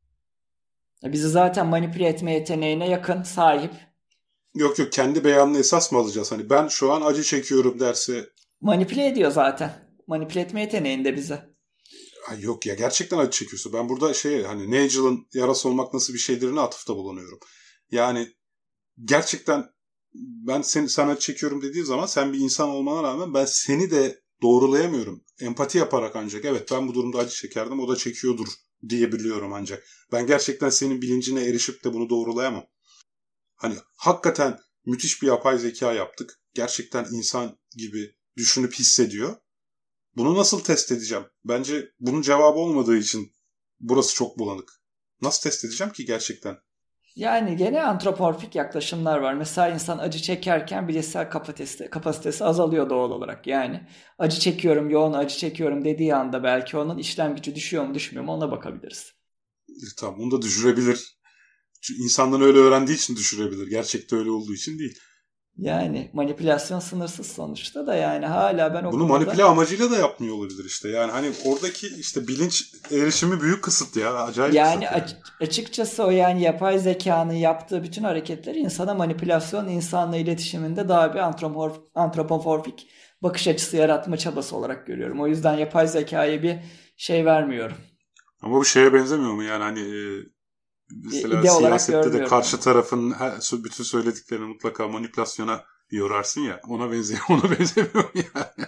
Bizi zaten manipüle etme yeteneğine yakın, sahip. Yok kendi beyanını esas mı alacağız? Hani ben şu an acı çekiyorum derse. Manipüle ediyor zaten. Manipüle etme yeteneğinde bize. Ay yok ya gerçekten acı çekiyorsa. Ben burada hani Nigel'ın yarası olmak nasıl bir şeydirine atıfta bulunuyorum. Yani gerçekten ben sana acı çekiyorum dediği zaman sen bir insan olmana rağmen ben seni de doğrulayamıyorum. Empati yaparak ancak evet ben bu durumda acı çekerdim o da çekiyordur diyebiliyorum ancak. Ben gerçekten senin bilincine erişip de bunu doğrulayamam. Hani hakikaten müthiş bir yapay zeka yaptık. Gerçekten insan gibi düşünüp hissediyor. Bunu nasıl test edeceğim? Bence bunun cevabı olmadığı için burası çok bulanık. Nasıl test edeceğim ki gerçekten? Yani gene antropomorfik yaklaşımlar var. Mesela insan acı çekerken bilişsel kapasitesi azalıyor doğal olarak. Yani acı çekiyorum, yoğun acı çekiyorum dediği anda belki onun işlem gücü düşüyor mu düşmüyor mu ona bakabiliriz. Tamam bunu da düşürebilir. Çünkü insandan öyle öğrendiği için düşürebilir. Gerçekte öyle olduğu için değil. Yani manipülasyon sınırsız sonuçta da yani hala ben o Bunu konuda... manipüle amacıyla da yapmıyor olabilir işte. Yani hani oradaki işte bilinç erişimi büyük kısıt ya. Acayip Yani kısıt yani. açıkçası o yani yapay zekanın yaptığı bütün hareketler insana manipülasyon, insanla iletişiminde daha bir antropomorfik bakış açısı yaratma çabası olarak görüyorum. O yüzden yapay zekaya bir şey vermiyorum. Ama bu şeye benzemiyor mu yani hani mesela İde olarak siyasette de görmüyorum karşı onu. tarafın bütün söylediklerini mutlaka manipülasyona yorarsın ya. Ona benzemiyor mu yani?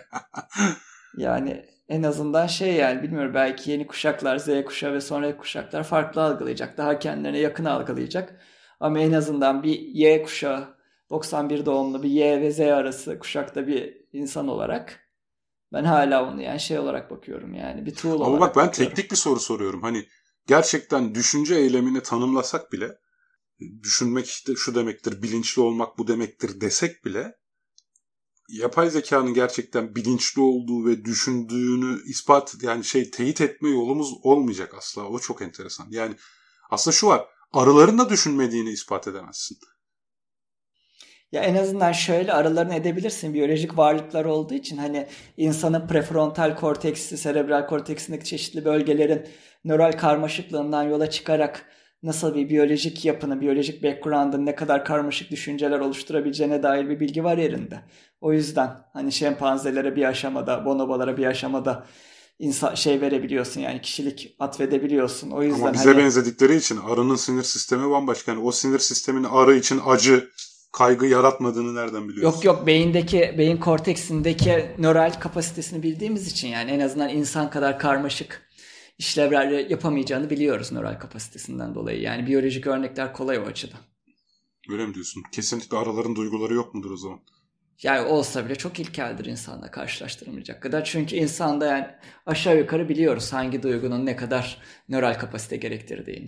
Yani en azından şey yani bilmiyorum belki yeni kuşaklar Z kuşağı ve sonraki kuşaklar farklı algılayacak. Daha kendilerine yakın algılayacak. Ama en azından bir Y kuşağı 91 doğumlu bir Y ve Z arası kuşakta bir insan olarak Ben hala onu yani şey olarak bakıyorum, yani bir tool Ama olarak bak ben bakıyorum. teknik bir soru soruyorum. Hani gerçekten düşünce eylemini tanımlasak bile, düşünmek işte şu demektir, bilinçli olmak bu demektir desek bile, yapay zekanın gerçekten bilinçli olduğu ve düşündüğünü ispat, yani teyit etme yolumuz olmayacak asla. O çok enteresan. Yani aslında şu var, arıların da düşünmediğini ispat edemezsin. Ya en azından şöyle aralarını edebilirsin, biyolojik varlıklar olduğu için hani insanın prefrontal korteksi, serebral korteksindeki çeşitli bölgelerin nöral karmaşıklığından yola çıkarak nasıl bir biyolojik yapının, biyolojik background'ın ne kadar karmaşık düşünceler oluşturabileceğine dair bir bilgi var yerinde. O yüzden hani şempanzelere bir aşamada, bonobolara bir aşamada insan verebiliyorsun, yani kişilik atfedebiliyorsun. O yüzden Ama bize hani benzedikleri için arının sinir sistemi bambaşka. Yani o sinir sistemin arı için acı, kaygı yaratmadığını nereden biliyorsun? yok beyin korteksindeki nöral kapasitesini bildiğimiz için, yani en azından insan kadar karmaşık işlevler yapamayacağını biliyoruz nöral kapasitesinden dolayı. Yani biyolojik örnekler kolay o açıdan. Öyle mi diyorsun? Kesinlikle arıların duyguları yok mudur o zaman? Yani olsa bile çok ilkeldir insanla karşılaştırılmayacak kadar. Çünkü insanda yani aşağı yukarı biliyoruz hangi duygunun ne kadar nöral kapasite gerektirdiğini.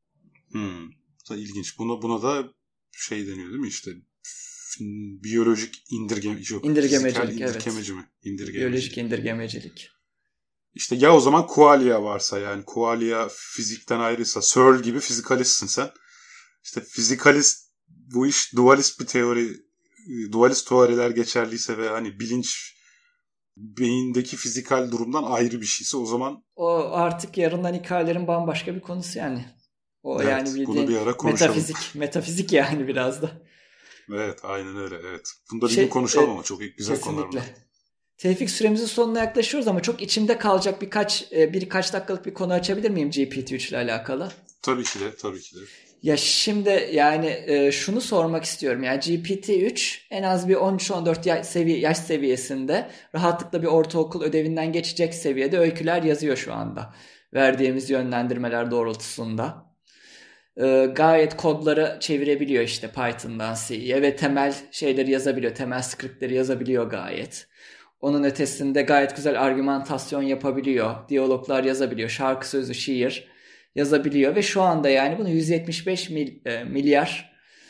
İlginç. Buna da deniyor değil mi işte? Biyolojik İndirgemecilik, evet. Biyolojik indirgemecilik. İşte ya o zaman qualia varsa, yani qualia fizikten ayrıysa, Searle gibi fizikalistsin sen. İşte fizikalist bu iş dualist bir teori, dualist teoriler geçerliyse ve hani bilinç beyindeki fizikal durumdan ayrı bir şeyse, o zaman o artık yarından hikayelerin bambaşka bir konusu yani. O evet, yani bildiğin bunu bir ara konuşalım. Metafizik yani biraz da. Evet, aynen öyle. Evet. Bunu da bir gün konuşalım ama çok güzel konular bunlar. Tevfik, süremizin sonuna yaklaşıyoruz ama çok içimde kalacak birkaç dakikalık bir konu açabilir miyim GPT-3 ile alakalı? Tabii ki de. Ya şimdi yani şunu sormak istiyorum. Yani GPT-3 en az bir 13-14 yaş seviyesinde rahatlıkla bir ortaokul ödevinden geçecek seviyede öyküler yazıyor şu anda. Verdiğimiz yönlendirmeler doğrultusunda. Gayet kodları çevirebiliyor, işte Python'dan C'ye ve temel şeyleri yazabiliyor. Temel scriptleri yazabiliyor gayet. Onun ötesinde gayet güzel argümantasyon yapabiliyor. Diyaloglar yazabiliyor. Şarkı sözü, şiir yazabiliyor ve şu anda yani bunu 175 milyar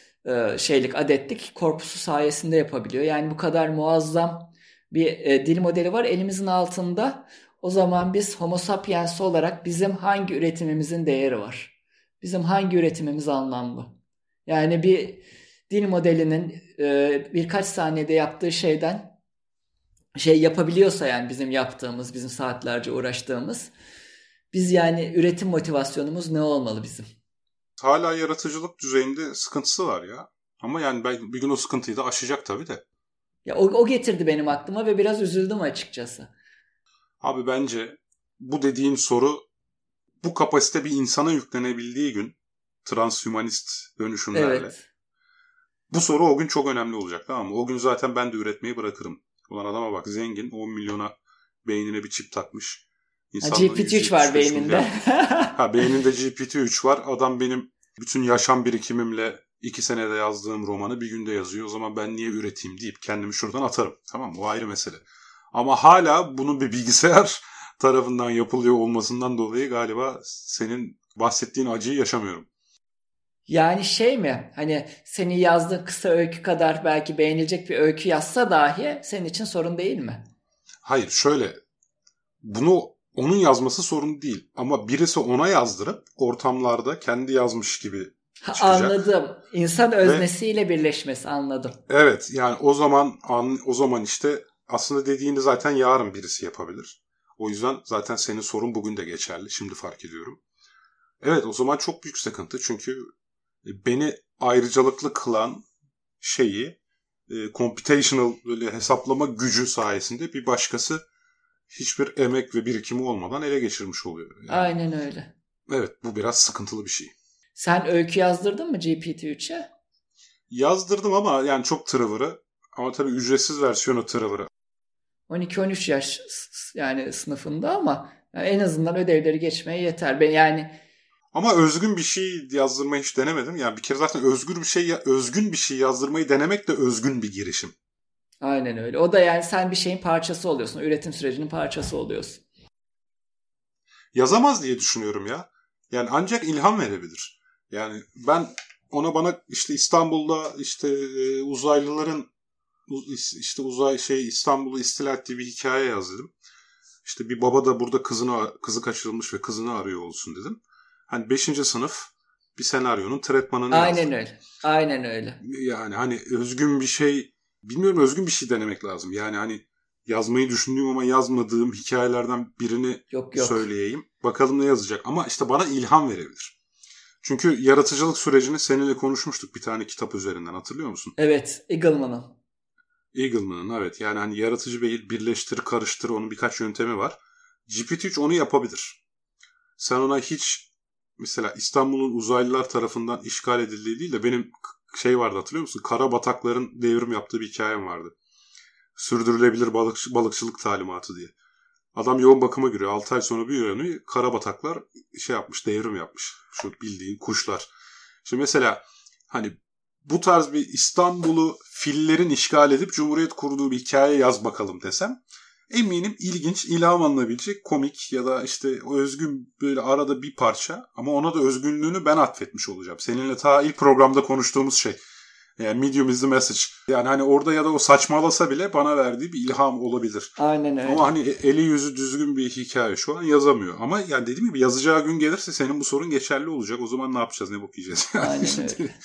adetlik korpusu sayesinde yapabiliyor. Yani bu kadar muazzam bir dil modeli var elimizin altında. O zaman biz Homo sapiens olarak bizim hangi üretimimizin değeri var? Bizim hangi üretimimiz anlamlı? Yani bir dil modelinin birkaç saniyede yaptığı şeyden yapabiliyorsa, yani bizim yaptığımız, bizim saatlerce uğraştığımız, biz yani üretim motivasyonumuz ne olmalı bizim? Hala yaratıcılık düzeyinde sıkıntısı var ya. Ama yani belki bir gün o sıkıntıyı da aşacak tabii de. Ya o getirdi benim aklıma ve biraz üzüldüm açıkçası. Abi bence bu dediğin soru, bu kapasite bir insana yüklenebildiği gün, transhümanist dönüşümlerle, Evet. bu soru o gün çok önemli olacak, tamam mı? O gün zaten ben de üretmeyi bırakırım. Ulan adama bak, zengin, 10 milyona beynine bir çip takmış. GPT-3 var beyninde. Beyninde GPT-3 var. Adam benim bütün yaşam birikimimle 2 senede yazdığım romanı bir günde yazıyor. O zaman ben niye üreteyim deyip kendimi şuradan atarım. Tamam mı? O ayrı mesele. Ama hala bunun bir bilgisayar tarafından yapılıyor olmasından dolayı galiba senin bahsettiğin acıyı yaşamıyorum. Yani mi? Hani senin yazdığın kısa öykü kadar belki beğenilecek bir öykü yazsa dahi senin için sorun değil mi? Hayır, şöyle. Bunu onun yazması sorun değil. Ama birisi ona yazdırıp ortamlarda kendi yazmış gibi çıkacak. Anladım. İnsan öznesiyle birleşmesi, anladım. Evet, yani o zaman işte aslında dediğini zaten yarın birisi yapabilir. O yüzden zaten senin sorun bugün de geçerli. Şimdi fark ediyorum. Evet, o zaman çok büyük sıkıntı. Çünkü beni ayrıcalıklı kılan şeyi computational, böyle hesaplama gücü sayesinde bir başkası hiçbir emek ve birikimi olmadan ele geçirmiş oluyor. Yani, aynen öyle. Evet, bu biraz sıkıntılı bir şey. Sen öykü yazdırdın mı GPT-3'e? Yazdırdım ama yani çok tırıvırı. Ama tabii ücretsiz versiyonu tırıvırı. 12-13 yaş yani sınıfında ama yani en azından ödevleri geçmeye yeter. Ben ama özgün bir şey yazdırmayı hiç denemedim. Yani bir kere zaten özgün bir şey yazdırmayı denemek de özgün bir girişim. Aynen öyle. O da yani sen bir şeyin parçası oluyorsun. Üretim sürecinin parçası oluyorsun. Yazamaz diye düşünüyorum ya. Yani ancak ilham verebilir. Yani ben bana işte İstanbul'da işte uzaylıların işte İstanbul'u istila ettiği bir hikaye yaz dedim. İşte bir baba da burada kızı kaçırılmış ve kızını arıyor olsun dedim. Hani 5. sınıf bir senaryonun tretmanını Aynen yazdım. öyle. Aynen öyle. Yani hani özgün bir şey, bilmiyorum, özgün bir şey denemek lazım. Yani hani yazmayı düşündüğüm ama yazmadığım hikayelerden birini Yok yok. söyleyeyim. Bakalım ne yazacak. Ama işte bana ilham verebilir. Çünkü yaratıcılık sürecini seninle konuşmuştuk bir tane kitap üzerinden, hatırlıyor musun? Evet. Eagleman'ın. Eagleman'ın, evet. Yani hani yaratıcı birleştir, karıştır, onun birkaç yöntemi var. GPT-3 onu yapabilir. Sen ona hiç mesela İstanbul'un uzaylılar tarafından işgal edildiği değil de benim şey vardı, hatırlıyor musun? Kara batakların devrim yaptığı bir hikayem vardı. Sürdürülebilir balıkçılık talimatı diye. Adam yoğun bakıma giriyor. 6 ay sonra bir uyanıyor. Kara bataklar devrim yapmış. Şu bildiğin kuşlar. Şimdi mesela hani bu tarz bir İstanbul'u fillerin işgal edip cumhuriyet kurduğu bir hikaye yaz bakalım desem, eminim ilginç, ilham alınabilecek, komik ya da işte o özgün böyle arada bir parça, ama ona da özgünlüğünü ben atfetmiş olacağım. Seninle ta ilk programda konuştuğumuz şey. Yani medium is the message. Yani hani orada ya da o saçmalasa bile bana verdiği bir ilham olabilir. Aynen öyle. Ama hani eli yüzü düzgün bir hikaye şu an yazamıyor. Ama yani dediğim gibi yazacağı gün gelirse senin bu sorun geçerli olacak. O zaman ne yapacağız, ne bok yiyeceğiz? Aynen öyle.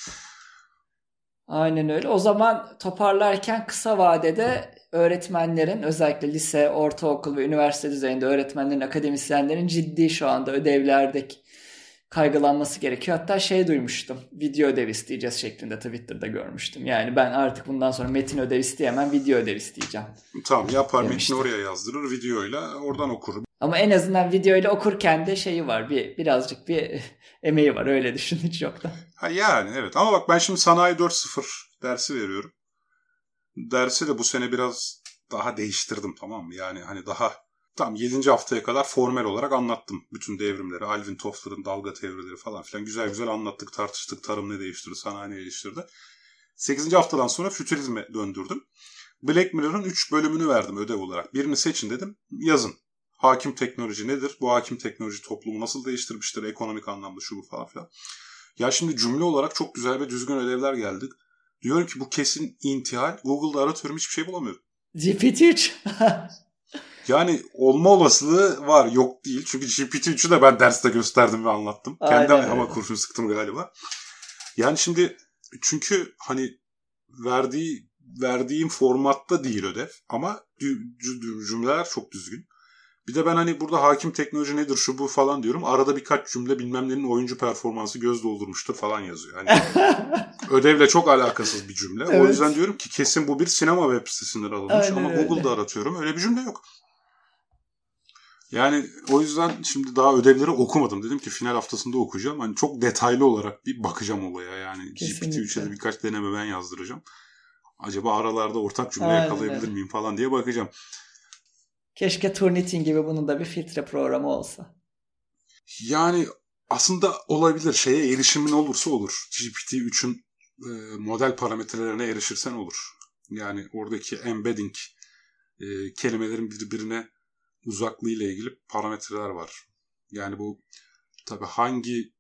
Aynen öyle. O zaman toparlarken kısa vadede öğretmenlerin, özellikle lise, ortaokul ve üniversite düzeyinde öğretmenlerin, akademisyenlerin ciddi şu anda ödevlerdeki kaygılanması gerekiyor. Hatta şey duymuştum. Video ödev isteyeceğiz şeklinde Twitter'da görmüştüm. Yani ben artık bundan sonra metin ödev isteyemem, video ödev isteyeceğim. Tamam, yapar, demiştim. metni oraya yazdırır, videoyla oradan okur. Ama en azından videoyla okurken de şeyi var. Birazcık bir emeği var. Öyle düşün, hiç yok da. Ha yani evet, ama bak ben şimdi Sanayi 4.0 dersi veriyorum. Dersi de bu sene biraz daha değiştirdim, tamam mı? Yani hani daha tam 7. haftaya kadar formel olarak anlattım bütün devrimleri. Alvin Toffler'ın dalga teorileri falan filan güzel güzel anlattık, tartıştık. Tarım ne değiştirdi, sanayi ne değiştirdi. 8. haftadan sonra fütürizme döndürdüm. Black Mirror'ın 3 bölümünü verdim ödev olarak. Birini seçin dedim, yazın. Hakim teknoloji nedir? Bu hakim teknoloji toplumu nasıl değiştirmiştir? Ekonomik anlamda şu bu falan filan. Ya şimdi cümle olarak çok güzel ve düzgün ödevler geldi. Diyorum ki bu kesin intihal. Google'da aratıyorum, hiçbir şey bulamıyorum. GPT-3. Yani olma olasılığı var, yok değil. Çünkü GPT-3'ü de ben derste gösterdim ve anlattım. Kendi ama kurşun sıktım galiba. Yani şimdi çünkü hani verdiğim formatta değil ödev ama cümleler çok düzgün. Bir de ben hani burada hakim teknoloji nedir şu bu falan diyorum. Arada birkaç cümle bilmem nenin oyuncu performansı göz doldurmuştur falan yazıyor. Hani ödevle çok alakasız bir cümle. Evet. O yüzden diyorum ki kesin bu bir sinema web sitesinden alınmış. Aynen ama öyle. Google'da aratıyorum, öyle bir cümle yok. Yani o yüzden şimdi daha ödevleri okumadım. Dedim ki final haftasında okuyacağım. Hani çok detaylı olarak bir bakacağım olaya. Yani GPT-3'e de birkaç deneme ben yazdıracağım. Acaba aralarda ortak cümle yakalayabilir miyim falan diye bakacağım. Keşke Turnitin gibi bunun da bir filtre programı olsa. Yani aslında olabilir. Şeye erişimin olursa olur. GPT-3'ün model parametrelerine erişirsen olur. Yani oradaki embedding kelimelerin birbirine uzaklığı ile ilgili parametreler var. Yani bu tabii hangi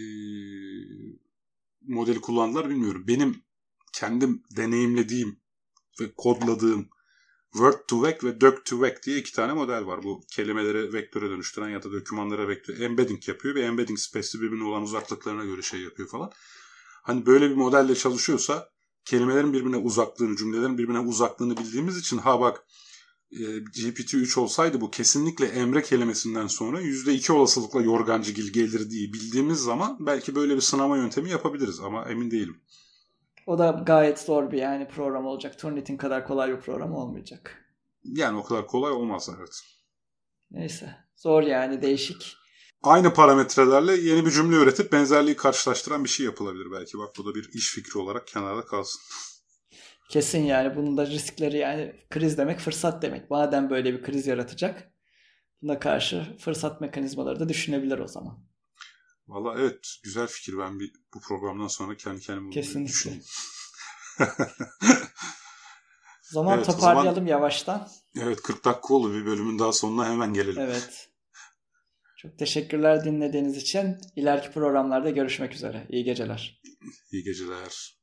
modeli kullandılar bilmiyorum. Benim kendim deneyimlediğim ve kodladığım Word2Vec ve Doc2Vec diye 2 tane model var. Bu kelimeleri vektöre dönüştüren ya da dokümanlara embedding yapıyor ve embedding space'i birbirine olan uzaklıklarına göre şey yapıyor falan. Hani böyle bir modelle çalışıyorsa kelimelerin birbirine uzaklığını, cümlelerin birbirine uzaklığını bildiğimiz için bak GPT-3 olsaydı bu kesinlikle Emre kelimesinden sonra %2 olasılıkla yorgancıgil gelir diye bildiğimiz zaman belki böyle bir sınama yöntemi yapabiliriz ama emin değilim. O da gayet zor bir yani program olacak. Turnitin kadar kolay bir program olmayacak. Yani o kadar kolay olmaz, evet. Neyse. Zor yani, değişik. Aynı parametrelerle yeni bir cümle üretip benzerliği karşılaştıran bir şey yapılabilir belki. Bak bu da bir iş fikri olarak kenarda kalsın. Kesin yani bunun da riskleri, yani kriz demek fırsat demek. Madem böyle bir kriz yaratacak, buna karşı fırsat mekanizmaları da düşünebilir o zaman. Valla evet, güzel fikir. Ben bu programdan sonra kendi kendime düşüneyim. O zaman Evet, toparlayalım yavaştan. Evet, 40 dakika oldu, bir bölümün daha sonuna hemen gelelim. Evet. Çok teşekkürler dinlediğiniz için. İleriki programlarda görüşmek üzere. İyi geceler. İyi geceler.